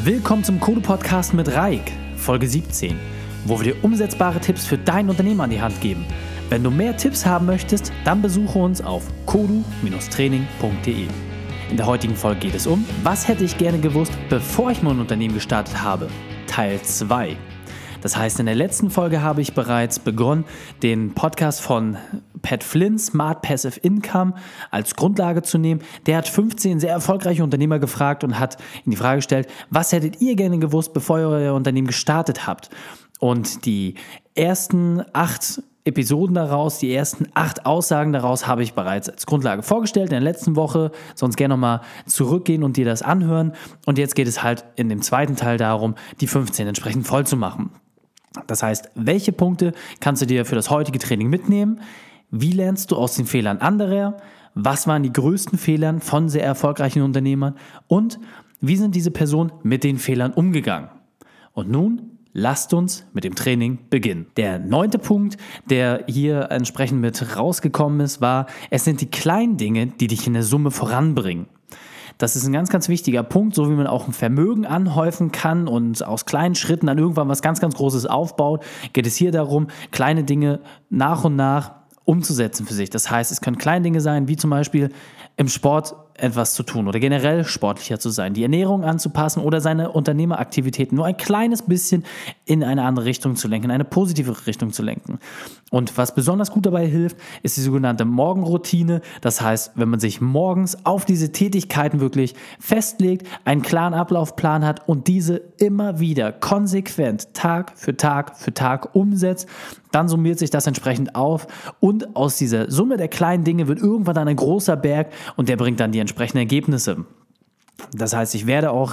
Willkommen zum Kodu-Podcast mit Raik, Folge 17, wo wir dir umsetzbare Tipps für dein Unternehmen an die Hand geben. Wenn du mehr Tipps haben möchtest, dann besuche uns auf kodu-training.de. In der heutigen Folge geht es um: Was hätte ich gerne gewusst, bevor ich mein Unternehmen gestartet habe? Teil 2. Das heißt, in der letzten Folge habe ich bereits begonnen, den Podcast von Pat Flynn, Smart Passive Income, als Grundlage zu nehmen. Der hat 15 sehr erfolgreiche Unternehmer gefragt und hat ihnen die Frage gestellt: Was hättet ihr gerne gewusst, bevor ihr euer Unternehmen gestartet habt? Und die ersten 8 Episoden daraus, die ersten 8 Aussagen daraus habe ich bereits als Grundlage vorgestellt in der letzten Woche. Sonst gerne nochmal zurückgehen und dir das anhören. Und jetzt geht es halt in dem zweiten Teil darum, die 15 entsprechend voll zu machen. Das heißt, welche Punkte kannst du dir für das heutige Training mitnehmen? Wie lernst du aus den Fehlern anderer? Was waren die größten Fehler von sehr erfolgreichen Unternehmern? Und wie sind diese Personen mit den Fehlern umgegangen? Und nun lasst uns mit dem Training beginnen. Der 9. Punkt, der hier entsprechend mit rausgekommen ist, war: Es sind die kleinen Dinge, die dich in der Summe voranbringen. Das ist ein ganz, ganz wichtiger Punkt, so wie man auch ein Vermögen anhäufen kann und aus kleinen Schritten dann irgendwann was ganz, ganz Großes aufbaut, geht es hier darum, kleine Dinge nach und nach umzusetzen für sich. Das heißt, es können kleine Dinge sein, wie zum Beispiel im Sport etwas zu tun oder generell sportlicher zu sein, die Ernährung anzupassen oder seine Unternehmeraktivitäten nur ein kleines bisschen in eine andere Richtung zu lenken, in eine positive Richtung zu lenken. Und was besonders gut dabei hilft, ist die sogenannte Morgenroutine. Das heißt, wenn man sich morgens auf diese Tätigkeiten wirklich festlegt, einen klaren Ablaufplan hat und diese immer wieder konsequent Tag für Tag umsetzt, dann summiert sich das entsprechend auf und aus dieser Summe der kleinen Dinge wird irgendwann dann ein großer Berg und der bringt dann die entsprechenden Ergebnisse. Das heißt, ich werde auch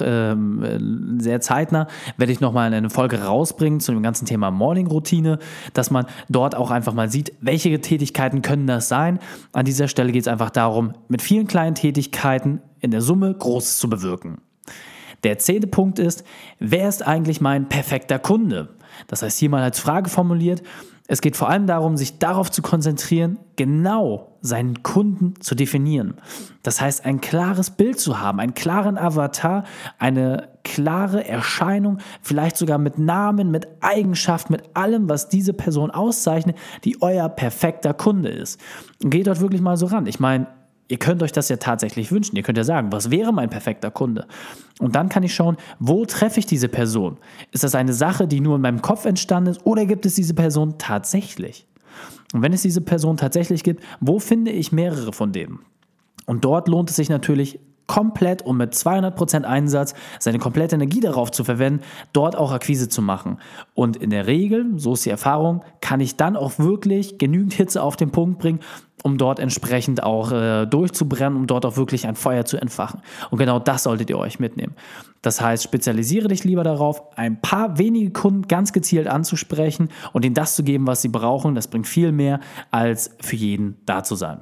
sehr zeitnah, werde ich nochmal eine Folge rausbringen zu dem ganzen Thema Morning-Routine, dass man dort auch einfach mal sieht, welche Tätigkeiten können das sein. An dieser Stelle geht es einfach darum, mit vielen kleinen Tätigkeiten in der Summe Großes zu bewirken. Der 10. Punkt ist: Wer ist eigentlich mein perfekter Kunde? Das heißt, hier mal als Frage formuliert: Es geht vor allem darum, sich darauf zu konzentrieren, genau seinen Kunden zu definieren. Das heißt, ein klares Bild zu haben, einen klaren Avatar, eine klare Erscheinung, vielleicht sogar mit Namen, mit Eigenschaften, mit allem, was diese Person auszeichnet, die euer perfekter Kunde ist. Und geht dort wirklich mal so ran. Ich meine, ihr könnt euch das ja tatsächlich wünschen. Ihr könnt ja sagen: Was wäre mein perfekter Kunde? Und dann kann ich schauen, wo treffe ich diese Person? Ist das eine Sache, die nur in meinem Kopf entstanden ist, oder gibt es diese Person tatsächlich? Und wenn es diese Person tatsächlich gibt, wo finde ich mehrere von denen? Und dort lohnt es sich natürlich komplett und mit 200% Einsatz seine komplette Energie darauf zu verwenden, dort auch Akquise zu machen. Und in der Regel, so ist die Erfahrung, kann ich dann auch wirklich genügend Hitze auf den Punkt bringen, um dort entsprechend auch durchzubrennen, um dort auch wirklich ein Feuer zu entfachen. Und genau das solltet ihr euch mitnehmen. Das heißt, spezialisiere dich lieber darauf, ein paar wenige Kunden ganz gezielt anzusprechen und ihnen das zu geben, was sie brauchen. Das bringt viel mehr, als für jeden da zu sein.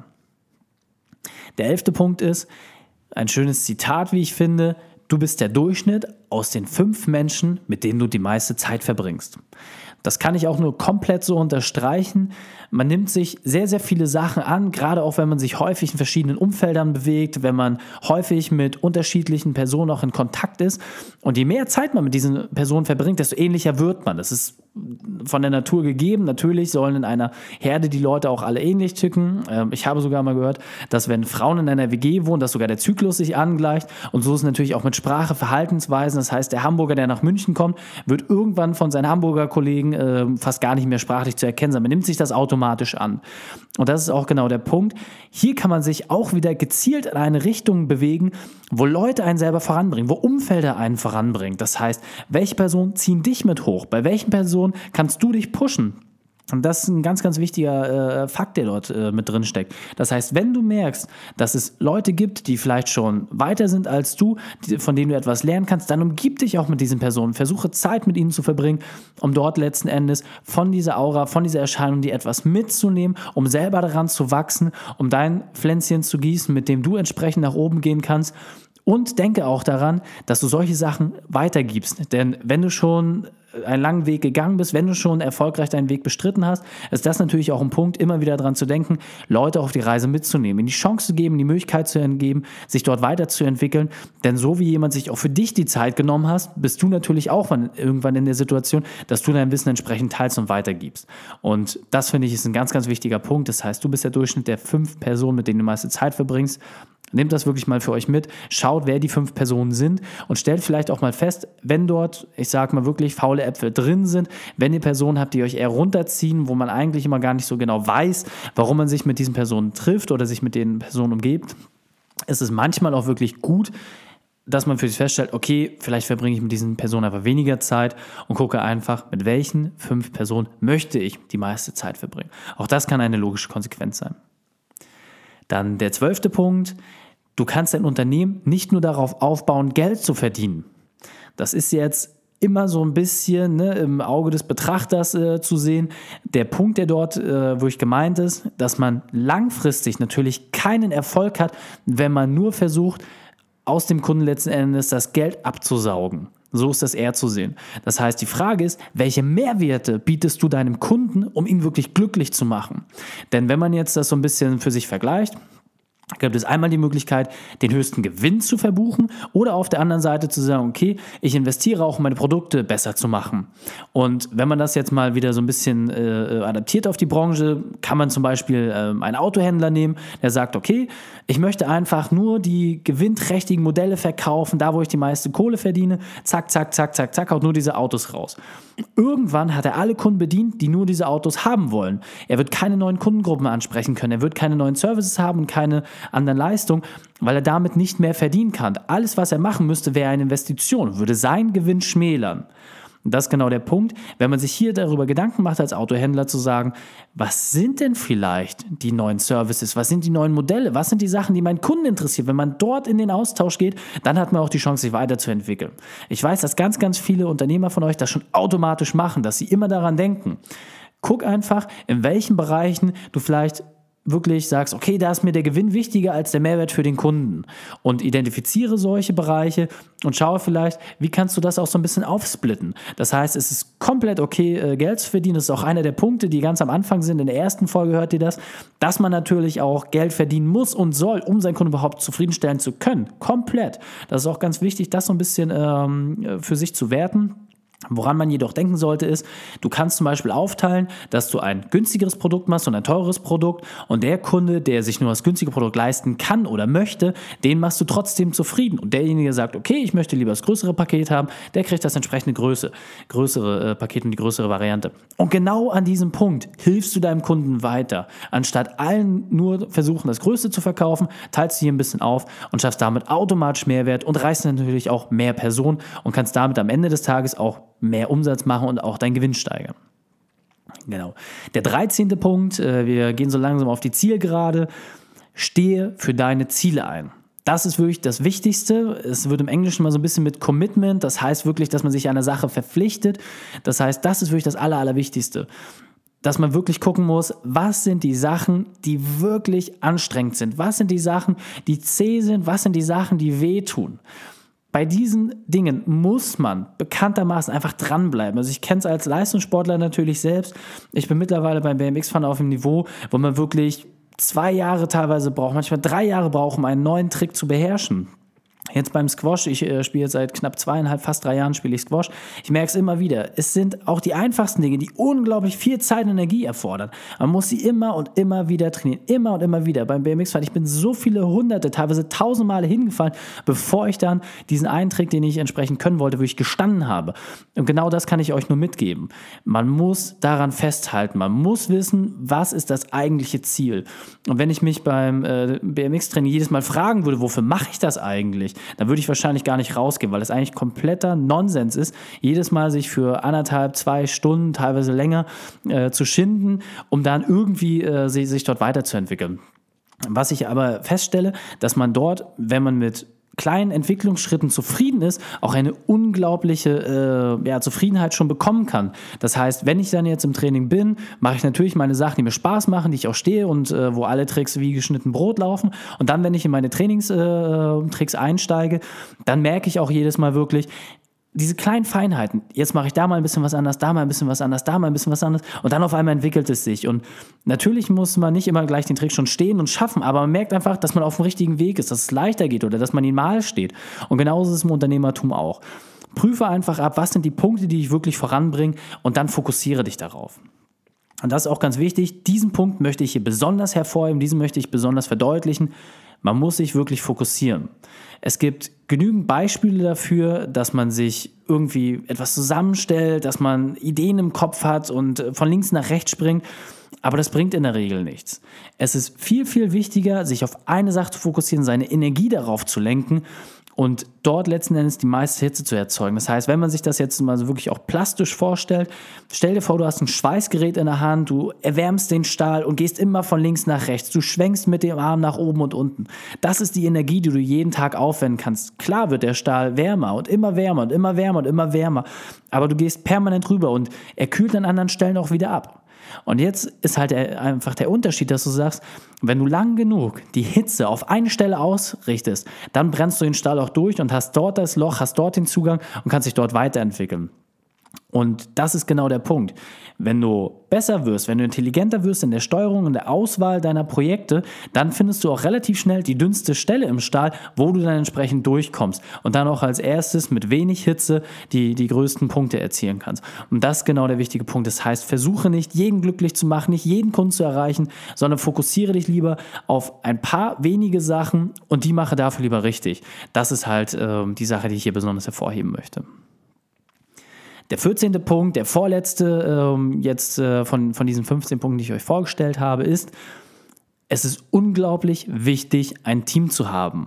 Der 11. Punkt ist ein schönes Zitat, wie ich finde: Du bist der Durchschnitt aus den 5 Menschen, mit denen du die meiste Zeit verbringst. Das kann ich auch nur komplett so unterstreichen. Man nimmt sich sehr, sehr viele Sachen an, gerade auch wenn man sich häufig in verschiedenen Umfeldern bewegt, wenn man häufig mit unterschiedlichen Personen auch in Kontakt ist. Und je mehr Zeit man mit diesen Personen verbringt, desto ähnlicher wird man. Das ist von der Natur gegeben. Natürlich sollen in einer Herde die Leute auch alle ähnlich ticken. Ich habe sogar mal gehört, dass wenn Frauen in einer WG wohnen, dass sogar der Zyklus sich angleicht. Und so ist es natürlich auch mit Sprache, Verhaltensweisen. Das heißt, der Hamburger, der nach München kommt, wird irgendwann von seinen Hamburger Kollegen fast gar nicht mehr sprachlich zu erkennen sein. Man nimmt sich das automatisch an. Und das ist auch genau der Punkt. Hier kann man sich auch wieder gezielt in eine Richtung bewegen, wo Leute einen selber voranbringen, wo Umfelder einen voranbringen. Das heißt, welche Personen ziehen dich mit hoch? Bei welchen Personen kannst du dich pushen? Und das ist ein ganz, ganz wichtiger Fakt, der dort mit drin steckt. Das heißt, wenn du merkst, dass es Leute gibt, die vielleicht schon weiter sind als du, von denen du etwas lernen kannst, dann umgib dich auch mit diesen Personen. Versuche Zeit mit ihnen zu verbringen, um dort letzten Endes von dieser Aura, von dieser Erscheinung dir etwas mitzunehmen, um selber daran zu wachsen, um dein Pflänzchen zu gießen, mit dem du entsprechend nach oben gehen kannst. Und denke auch daran, dass du solche Sachen weitergibst. Denn wenn du schon einen langen Weg gegangen bist, wenn du schon erfolgreich deinen Weg bestritten hast, ist das natürlich auch ein Punkt, immer wieder dran zu denken, Leute auf die Reise mitzunehmen, ihnen die Chance zu geben, die Möglichkeit zu geben, sich dort weiterzuentwickeln. Denn so wie jemand sich auch für dich die Zeit genommen hast, bist du natürlich auch irgendwann in der Situation, dass du dein Wissen entsprechend teilst und weitergibst. Und das, finde ich, ist ein ganz, ganz wichtiger Punkt. Das heißt, du bist der Durchschnitt der 5 Personen, mit denen du meiste Zeit verbringst. Nehmt das wirklich mal für euch mit, schaut, wer die 5 Personen sind und stellt vielleicht auch mal fest, wenn dort, ich sag mal wirklich, faule Äpfel drin sind, wenn ihr Personen habt, die euch eher runterziehen, wo man eigentlich immer gar nicht so genau weiß, warum man sich mit diesen Personen trifft oder sich mit den Personen umgibt, ist es manchmal auch wirklich gut, dass man für sich feststellt, okay, vielleicht verbringe ich mit diesen Personen einfach weniger Zeit und gucke einfach, mit welchen 5 Personen möchte ich die meiste Zeit verbringen. Auch das kann eine logische Konsequenz sein. Dann der 12. Punkt: Du kannst dein Unternehmen nicht nur darauf aufbauen, Geld zu verdienen. Das ist jetzt immer so ein bisschen im Auge des Betrachters zu sehen. Der Punkt, der dort wirklich gemeint ist, dass man langfristig natürlich keinen Erfolg hat, wenn man nur versucht, aus dem Kunden letzten Endes das Geld abzusaugen. So ist das eher zu sehen. Das heißt, die Frage ist, welche Mehrwerte bietest du deinem Kunden, um ihn wirklich glücklich zu machen? Denn wenn man jetzt das so ein bisschen für sich vergleicht, gibt es einmal die Möglichkeit, den höchsten Gewinn zu verbuchen oder auf der anderen Seite zu sagen, okay, ich investiere auch, um meine Produkte besser zu machen. Und wenn man das jetzt mal wieder so ein bisschen adaptiert auf die Branche, kann man zum Beispiel einen Autohändler nehmen, der sagt, okay, ich möchte einfach nur die gewinnträchtigen Modelle verkaufen, da wo ich die meiste Kohle verdiene, zack, zack, zack, zack, zack, haut nur diese Autos raus. Irgendwann hat er alle Kunden bedient, die nur diese Autos haben wollen. Er wird keine neuen Kundengruppen ansprechen können, er wird keine neuen Services haben und keine anderen Leistungen, weil er damit nicht mehr verdienen kann. Alles, was er machen müsste, wäre eine Investition, würde seinen Gewinn schmälern. Und das ist genau der Punkt, wenn man sich hier darüber Gedanken macht, als Autohändler zu sagen, was sind denn vielleicht die neuen Services, was sind die neuen Modelle, was sind die Sachen, die meinen Kunden interessieren. Wenn man dort in den Austausch geht, dann hat man auch die Chance, sich weiterzuentwickeln. Ich weiß, dass ganz, ganz viele Unternehmer von euch das schon automatisch machen, dass sie immer daran denken. Guck einfach, in welchen Bereichen du vielleicht wirklich sagst, okay, da ist mir der Gewinn wichtiger als der Mehrwert für den Kunden, und identifiziere solche Bereiche und schaue vielleicht, wie kannst du das auch so ein bisschen aufsplitten. Das heißt, es ist komplett okay, Geld zu verdienen. Das ist auch einer der Punkte, die ganz am Anfang sind. In der ersten Folge hört ihr das, dass man natürlich auch Geld verdienen muss und soll, um seinen Kunden überhaupt zufriedenstellen zu können. Komplett. Das ist auch ganz wichtig, das so ein bisschen für sich zu werten. Woran man jedoch denken sollte ist, du kannst zum Beispiel aufteilen, dass du ein günstigeres Produkt machst und ein teures Produkt, und der Kunde, der sich nur das günstige Produkt leisten kann oder möchte, den machst du trotzdem zufrieden. Und derjenige, der sagt, okay, ich möchte lieber das größere Paket haben, der kriegt das entsprechende größere Paket und die größere Variante. Und genau an diesem Punkt hilfst du deinem Kunden weiter. Anstatt allen nur versuchen, das Größte zu verkaufen, teilst du hier ein bisschen auf und schaffst damit automatisch Mehrwert und reißt natürlich auch mehr Personen und kannst damit am Ende des Tages auch mehr Umsatz machen und auch deinen Gewinn steigern. Genau. Der 13. Punkt, wir gehen so langsam auf die Zielgerade. Stehe für deine Ziele ein. Das ist wirklich das Wichtigste. Es wird im Englischen mal so ein bisschen mit Commitment, das heißt wirklich, dass man sich einer Sache verpflichtet. Das heißt, das ist wirklich das Allerwichtigste. Dass man wirklich gucken muss, was sind die Sachen, die wirklich anstrengend sind? Was sind die Sachen, die zäh sind? Was sind die Sachen, die wehtun? Bei diesen Dingen muss man bekanntermaßen einfach dranbleiben. Also ich kenne es als Leistungssportler natürlich selbst. Ich bin mittlerweile beim BMX-Fahren auf dem Niveau, wo man wirklich 2 Jahre teilweise braucht, manchmal 3 Jahre braucht, um einen neuen Trick zu beherrschen. Jetzt beim Squash, ich spiele jetzt seit knapp 2,5, fast 3 Jahren spiele ich Squash. Ich merke es immer wieder. Es sind auch die einfachsten Dinge, die unglaublich viel Zeit und Energie erfordern. Man muss sie immer und immer wieder trainieren. Immer und immer wieder. Beim BMX-Fahren, ich bin so viele hunderte, teilweise 1000 Male hingefallen, bevor ich dann diesen einen Trick, den ich entsprechend können wollte, wirklich gestanden habe. Und genau das kann ich euch nur mitgeben. Man muss daran festhalten. Man muss wissen, was ist das eigentliche Ziel. Und wenn ich mich beim BMX-Training jedes Mal fragen würde, wofür mache ich das eigentlich? Dann würde ich wahrscheinlich gar nicht rausgehen, weil es eigentlich kompletter Nonsens ist, jedes Mal sich für 1,5, 2 Stunden, teilweise länger zu schinden, um dann irgendwie sich dort weiterzuentwickeln. Was ich aber feststelle, dass man dort, wenn man mit kleinen Entwicklungsschritten zufrieden ist, auch eine unglaubliche Zufriedenheit schon bekommen kann. Das heißt, wenn ich dann jetzt im Training bin, mache ich natürlich meine Sachen, die mir Spaß machen, die ich auch stehe und wo alle Tricks wie geschnitten Brot laufen. Und dann, wenn ich in meine Tricks einsteige, dann merke ich auch jedes Mal wirklich, diese kleinen Feinheiten, jetzt mache ich da mal ein bisschen was anders, da mal ein bisschen was anders, da mal ein bisschen was anderes und dann auf einmal entwickelt es sich. Und natürlich muss man nicht immer gleich den Trick schon stehen und schaffen, aber man merkt einfach, dass man auf dem richtigen Weg ist, dass es leichter geht oder dass man ihn mal steht. Und genauso ist es im Unternehmertum auch. Prüfe einfach ab, was sind die Punkte, die dich wirklich voranbringen und dann fokussiere dich darauf. Und das ist auch ganz wichtig, diesen Punkt möchte ich hier besonders hervorheben, diesen möchte ich besonders verdeutlichen. Man muss sich wirklich fokussieren. Es gibt genügend Beispiele dafür, dass man sich irgendwie etwas zusammenstellt, dass man Ideen im Kopf hat und von links nach rechts springt, aber das bringt in der Regel nichts. Es ist viel, viel wichtiger, sich auf eine Sache zu fokussieren, seine Energie darauf zu lenken und dort letzten Endes die meiste Hitze zu erzeugen. Das heißt, wenn man sich das jetzt mal so wirklich auch plastisch vorstellt, stell dir vor, du hast ein Schweißgerät in der Hand, du erwärmst den Stahl und gehst immer von links nach rechts. Du schwenkst mit dem Arm nach oben und unten. Das ist die Energie, die du jeden Tag aufwenden kannst. Klar wird der Stahl wärmer und immer wärmer und immer wärmer und immer wärmer, aber du gehst permanent rüber und er kühlt an anderen Stellen auch wieder ab. Und jetzt ist halt einfach der Unterschied, dass du sagst, wenn du lang genug die Hitze auf eine Stelle ausrichtest, dann brennst du den Stahl auch durch und hast dort das Loch, hast dort den Zugang und kannst dich dort weiterentwickeln. Und das ist genau der Punkt. Wenn du besser wirst, wenn du intelligenter wirst in der Steuerung und der Auswahl deiner Projekte, dann findest du auch relativ schnell die dünnste Stelle im Stahl, wo du dann entsprechend durchkommst und dann auch als erstes mit wenig Hitze die größten Punkte erzielen kannst. Und das ist genau der wichtige Punkt. Das heißt, versuche nicht, jeden glücklich zu machen, nicht jeden Kunden zu erreichen, sondern fokussiere dich lieber auf ein paar wenige Sachen und die mache dafür lieber richtig. Das ist halt die Sache, die ich hier besonders hervorheben möchte. Der 14. Punkt, der vorletzte von diesen 15 Punkten, die ich euch vorgestellt habe, ist, es ist unglaublich wichtig, ein Team zu haben.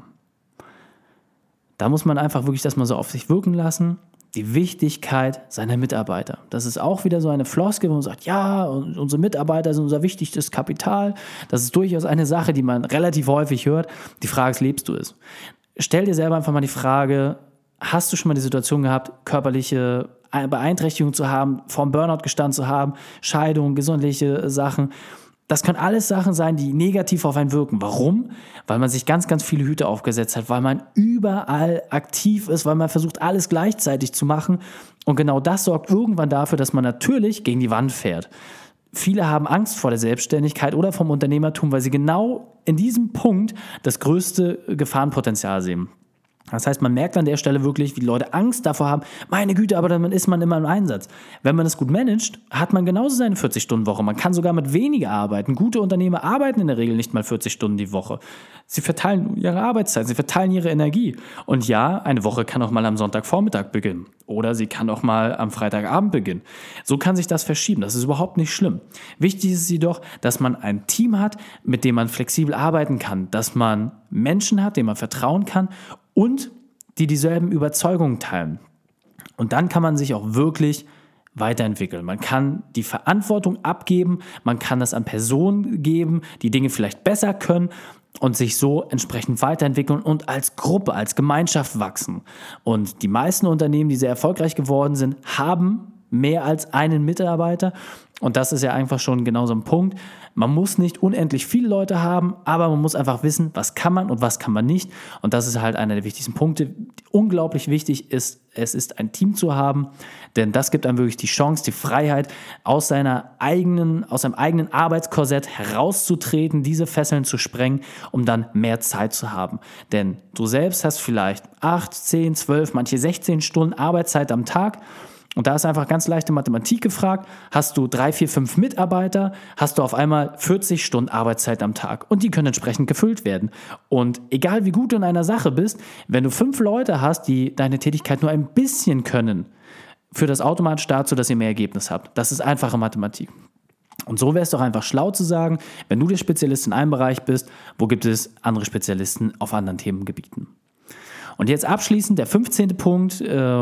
Da muss man einfach wirklich das mal so auf sich wirken lassen. Die Wichtigkeit seiner Mitarbeiter. Das ist auch wieder so eine Floskel, wo man sagt, ja, unsere Mitarbeiter sind unser wichtigstes Kapital. Das ist durchaus eine Sache, die man relativ häufig hört. Die Frage ist, lebst du es? Stell dir selber einfach mal die Frage, hast du schon mal die Situation gehabt, körperliche Beeinträchtigung zu haben, vorm Burnout gestanden zu haben, Scheidung, gesundheitliche Sachen. Das können alles Sachen sein, die negativ auf einen wirken. Warum? Weil man sich ganz, ganz viele Hüte aufgesetzt hat, weil man überall aktiv ist, weil man versucht, alles gleichzeitig zu machen. Und genau das sorgt irgendwann dafür, dass man natürlich gegen die Wand fährt. Viele haben Angst vor der Selbstständigkeit oder vom Unternehmertum, weil sie genau in diesem Punkt das größte Gefahrenpotenzial sehen. Das heißt, man merkt an der Stelle wirklich, wie die Leute Angst davor haben, meine Güte, aber dann ist man immer im Einsatz. Wenn man es gut managt, hat man genauso seine 40-Stunden-Woche. Man kann sogar mit weniger arbeiten. Gute Unternehmer arbeiten in der Regel nicht mal 40 Stunden die Woche. Sie verteilen ihre Arbeitszeit, sie verteilen ihre Energie. Und ja, eine Woche kann auch mal am Sonntagvormittag beginnen. Oder sie kann auch mal am Freitagabend beginnen. So kann sich das verschieben. Das ist überhaupt nicht schlimm. Wichtig ist jedoch, dass man ein Team hat, mit dem man flexibel arbeiten kann. Dass man Menschen hat, denen man vertrauen kann und die dieselben Überzeugungen teilen. Und dann kann man sich auch wirklich weiterentwickeln. Man kann die Verantwortung abgeben, man kann das an Personen geben, die Dinge vielleicht besser können und sich so entsprechend weiterentwickeln und als Gruppe, als Gemeinschaft wachsen. Und die meisten Unternehmen, die sehr erfolgreich geworden sind, haben mehr als einen Mitarbeiter. Und das ist ja einfach schon genau so ein Punkt. Man muss nicht unendlich viele Leute haben, aber man muss einfach wissen, was kann man und was kann man nicht. Und das ist halt einer der wichtigsten Punkte. Unglaublich wichtig ist, es ist ein Team zu haben, denn das gibt einem wirklich die Chance, die Freiheit, aus seinem eigenen Arbeitskorsett herauszutreten, diese Fesseln zu sprengen, um dann mehr Zeit zu haben. Denn du selbst hast vielleicht 8, 10, 12, manche 16 Stunden Arbeitszeit am Tag. Und da ist einfach ganz leichte Mathematik gefragt. Hast du 3, 4, 5 Mitarbeiter, hast du auf einmal 40 Stunden Arbeitszeit am Tag. Und die können entsprechend gefüllt werden. Und egal wie gut du in einer Sache bist, wenn du 5 Leute hast, die deine Tätigkeit nur ein bisschen können, führt das automatisch dazu, dass ihr mehr Ergebnis habt. Das ist einfache Mathematik. Und so wäre es doch einfach schlau zu sagen, wenn du der Spezialist in einem Bereich bist, wo gibt es andere Spezialisten auf anderen Themengebieten? Und jetzt abschließend der 15. Punkt.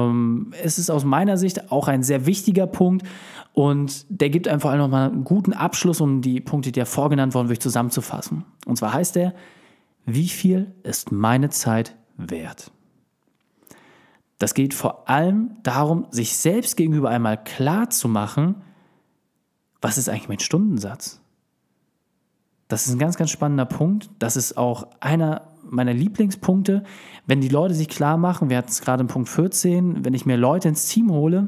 Es ist aus meiner Sicht auch ein sehr wichtiger Punkt und der gibt einfach nochmal einen guten Abschluss, um die Punkte, die ja vorgenannt wurden, wirklich zusammenzufassen. Und zwar heißt er, wie viel ist meine Zeit wert? Das geht vor allem darum, sich selbst gegenüber einmal klar zu machen, was ist eigentlich mein Stundensatz? Das ist ein ganz, ganz spannender Punkt. Das ist auch einer meiner Lieblingspunkte, wenn die Leute sich klar machen, wir hatten es gerade in Punkt 14, wenn ich mir Leute ins Team hole,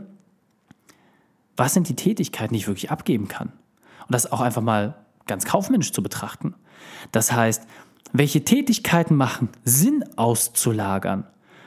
was sind die Tätigkeiten, die ich wirklich abgeben kann? Und das auch einfach mal ganz kaufmännisch zu betrachten. Das heißt, welche Tätigkeiten machen Sinn auszulagern?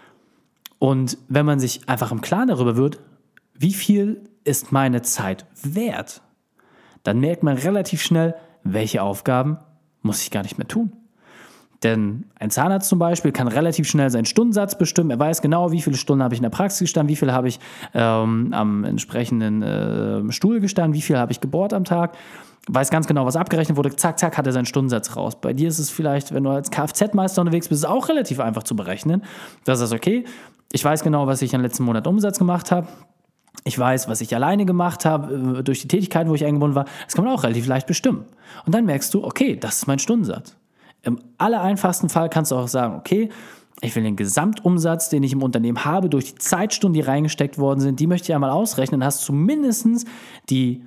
Und wenn man sich einfach im Klaren darüber wird, wie viel ist meine Zeit wert, dann merkt man relativ schnell, welche Aufgaben muss ich gar nicht mehr tun. Denn ein Zahnarzt zum Beispiel kann relativ schnell seinen Stundensatz bestimmen. Er weiß genau, wie viele Stunden habe ich in der Praxis gestanden, wie viel habe ich am entsprechenden Stuhl gestanden, wie viel habe ich gebohrt am Tag. Weiß ganz genau, was abgerechnet wurde. Zack, zack, hat er seinen Stundensatz raus. Bei dir ist es vielleicht, wenn du als Kfz-Meister unterwegs bist, ist es auch relativ einfach zu berechnen. Das ist okay. Ich weiß genau, was ich im letzten Monat Umsatz gemacht habe. Ich weiß, was ich alleine gemacht habe, durch die Tätigkeiten, wo ich eingebunden war. Das kann man auch relativ leicht bestimmen. Und dann merkst du, okay, das ist mein Stundensatz. Im allereinfachsten Fall kannst du auch sagen, okay, ich will den Gesamtumsatz, den ich im Unternehmen habe, durch die Zeitstunden, die reingesteckt worden sind, die möchte ich einmal ausrechnen. Dann hast du zumindest die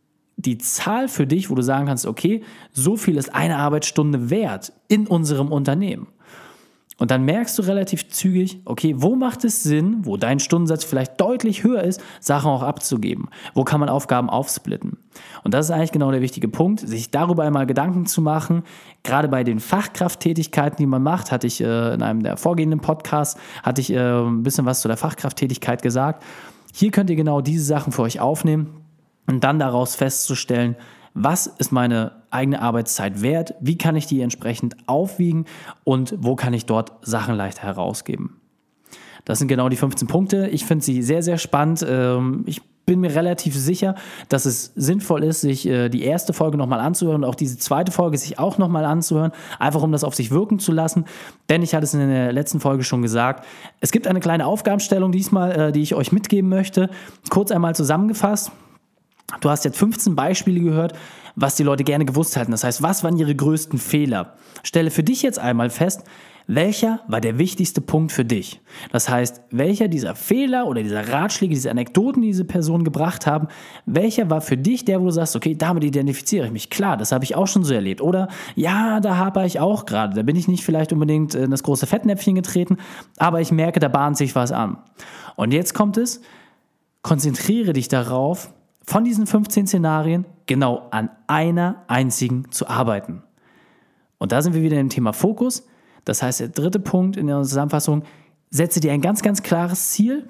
Zahl für dich, wo du sagen kannst, okay, so viel ist eine Arbeitsstunde wert in unserem Unternehmen. Und dann merkst du relativ zügig, okay, wo macht es Sinn, wo dein Stundensatz vielleicht deutlich höher ist, Sachen auch abzugeben? Wo kann man Aufgaben aufsplitten? Und das ist eigentlich genau der wichtige Punkt, sich darüber einmal Gedanken zu machen. Gerade bei den Fachkrafttätigkeiten, die man macht, hatte ich in einem der vorgehenden Podcasts, ein bisschen was zu der Fachkrafttätigkeit gesagt. Hier könnt ihr genau diese Sachen für euch aufnehmen und dann daraus festzustellen, was ist meine eigene Arbeitszeit wert, wie kann ich die entsprechend aufwiegen und wo kann ich dort Sachen leichter herausgeben. Das sind genau die 15 Punkte. Ich finde sie sehr, sehr spannend. Ich bin mir relativ sicher, dass es sinnvoll ist, sich die erste Folge nochmal anzuhören und auch diese zweite Folge sich auch nochmal anzuhören, einfach um das auf sich wirken zu lassen. Denn ich hatte es in der letzten Folge schon gesagt, es gibt eine kleine Aufgabenstellung diesmal, die ich euch mitgeben möchte. Kurz einmal zusammengefasst. Du hast jetzt 15 Beispiele gehört, was die Leute gerne gewusst hätten. Das heißt, was waren ihre größten Fehler? Stelle für dich jetzt einmal fest, welcher war der wichtigste Punkt für dich? Das heißt, welcher dieser Fehler oder dieser Ratschläge, diese Anekdoten, die diese Personen gebracht haben, welcher war für dich der, wo du sagst, okay, damit identifiziere ich mich. Klar, das habe ich auch schon so erlebt. Oder, ja, da habe ich auch gerade. Da bin ich nicht vielleicht unbedingt in das große Fettnäpfchen getreten, aber ich merke, da bahnt sich was an. Und jetzt kommt es, konzentriere dich darauf, von diesen 15 Szenarien genau an einer einzigen zu arbeiten. Und da sind wir wieder im Thema Fokus. Das heißt, der dritte Punkt in der Zusammenfassung, setze dir ein ganz, ganz klares Ziel,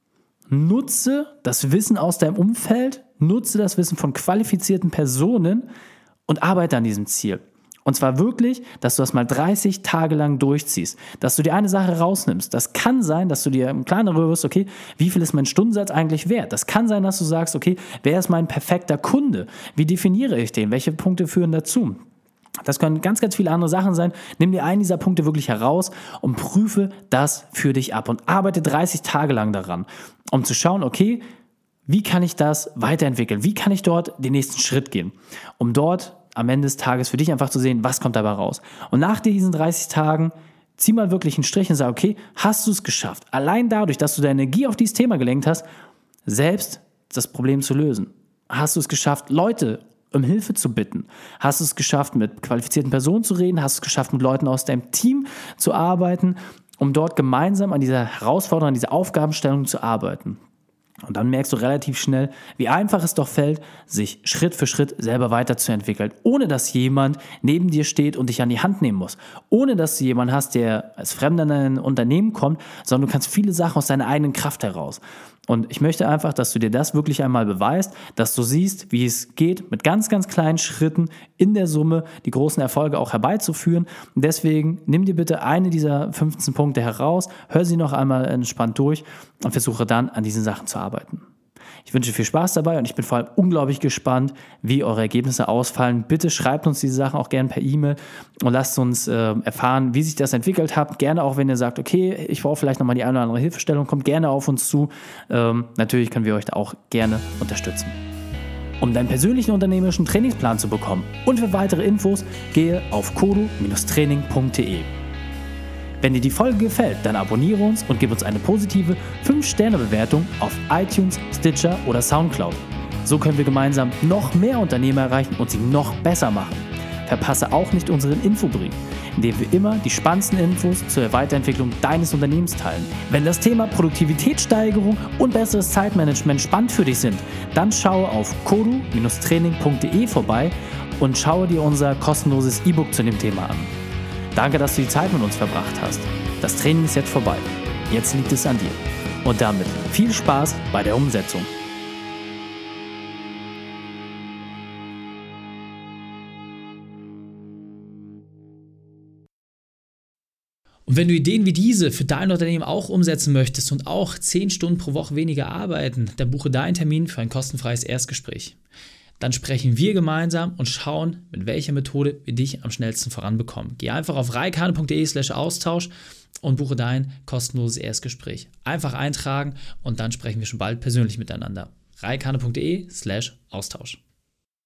nutze das Wissen aus deinem Umfeld, nutze das Wissen von qualifizierten Personen und arbeite an diesem Ziel. Und zwar wirklich, dass du das mal 30 Tage lang durchziehst, dass du dir eine Sache rausnimmst. Das kann sein, dass du dir im Klaren darüber wirst, okay, wie viel ist mein Stundensatz eigentlich wert? Das kann sein, dass du sagst, okay, wer ist mein perfekter Kunde? Wie definiere ich den? Welche Punkte führen dazu? Das können ganz, ganz viele andere Sachen sein. Nimm dir einen dieser Punkte wirklich heraus und prüfe das für dich ab und arbeite 30 Tage lang daran, um zu schauen, okay, wie kann ich das weiterentwickeln? Wie kann ich dort den nächsten Schritt gehen? Um dort am Ende des Tages für dich einfach zu sehen, was kommt dabei raus. Und nach diesen 30 Tagen zieh mal wirklich einen Strich und sag, okay, hast du es geschafft? Allein dadurch, dass du deine Energie auf dieses Thema gelenkt hast, selbst das Problem zu lösen. Hast du es geschafft, Leute um Hilfe zu bitten? Hast du es geschafft, mit qualifizierten Personen zu reden? Hast du es geschafft, mit Leuten aus deinem Team zu arbeiten, um dort gemeinsam an dieser Herausforderung, an dieser Aufgabenstellung zu arbeiten? Und dann merkst du relativ schnell, wie einfach es doch fällt, sich Schritt für Schritt selber weiterzuentwickeln, ohne dass jemand neben dir steht und dich an die Hand nehmen muss. Ohne dass du jemanden hast, der als Fremder in dein Unternehmen kommt, sondern du kannst viele Sachen aus deiner eigenen Kraft heraus. Und ich möchte einfach, dass du dir das wirklich einmal beweist, dass du siehst, wie es geht, mit ganz, ganz kleinen Schritten in der Summe die großen Erfolge auch herbeizuführen. Und deswegen nimm dir bitte eine dieser 15 Punkte heraus, hör sie noch einmal entspannt durch und versuche dann an diesen Sachen zu arbeiten. Ich wünsche viel Spaß dabei und ich bin vor allem unglaublich gespannt, wie eure Ergebnisse ausfallen. Bitte schreibt uns diese Sachen auch gerne per E-Mail und lasst uns erfahren, wie sich das entwickelt hat. Gerne auch, wenn ihr sagt, okay, ich brauche vielleicht nochmal die eine oder andere Hilfestellung, kommt gerne auf uns zu. Natürlich können wir euch da auch gerne unterstützen. Um deinen persönlichen unternehmerischen Trainingsplan zu bekommen und für weitere Infos, gehe auf kodu-training.de. Wenn dir die Folge gefällt, dann abonniere uns und gib uns eine positive 5-Sterne-Bewertung auf iTunes, Stitcher oder Soundcloud. So können wir gemeinsam noch mehr Unternehmer erreichen und sie noch besser machen. Verpasse auch nicht unseren Infobrief, in dem wir immer die spannendsten Infos zur Weiterentwicklung deines Unternehmens teilen. Wenn das Thema Produktivitätssteigerung und besseres Zeitmanagement spannend für dich sind, dann schaue auf kodu-training.de vorbei und schaue dir unser kostenloses E-Book zu dem Thema an. Danke, dass du die Zeit mit uns verbracht hast. Das Training ist jetzt vorbei. Jetzt liegt es an dir. Und damit viel Spaß bei der Umsetzung. Und wenn du Ideen wie diese für dein Unternehmen auch umsetzen möchtest und auch 10 Stunden pro Woche weniger arbeiten, dann buche deinen Termin für ein kostenfreies Erstgespräch. Dann sprechen wir gemeinsam und schauen, mit welcher Methode wir dich am schnellsten voranbekommen. Geh einfach auf reikane.de/Austausch und buche dein kostenloses Erstgespräch. Einfach eintragen und dann sprechen wir schon bald persönlich miteinander. reikane.de/Austausch.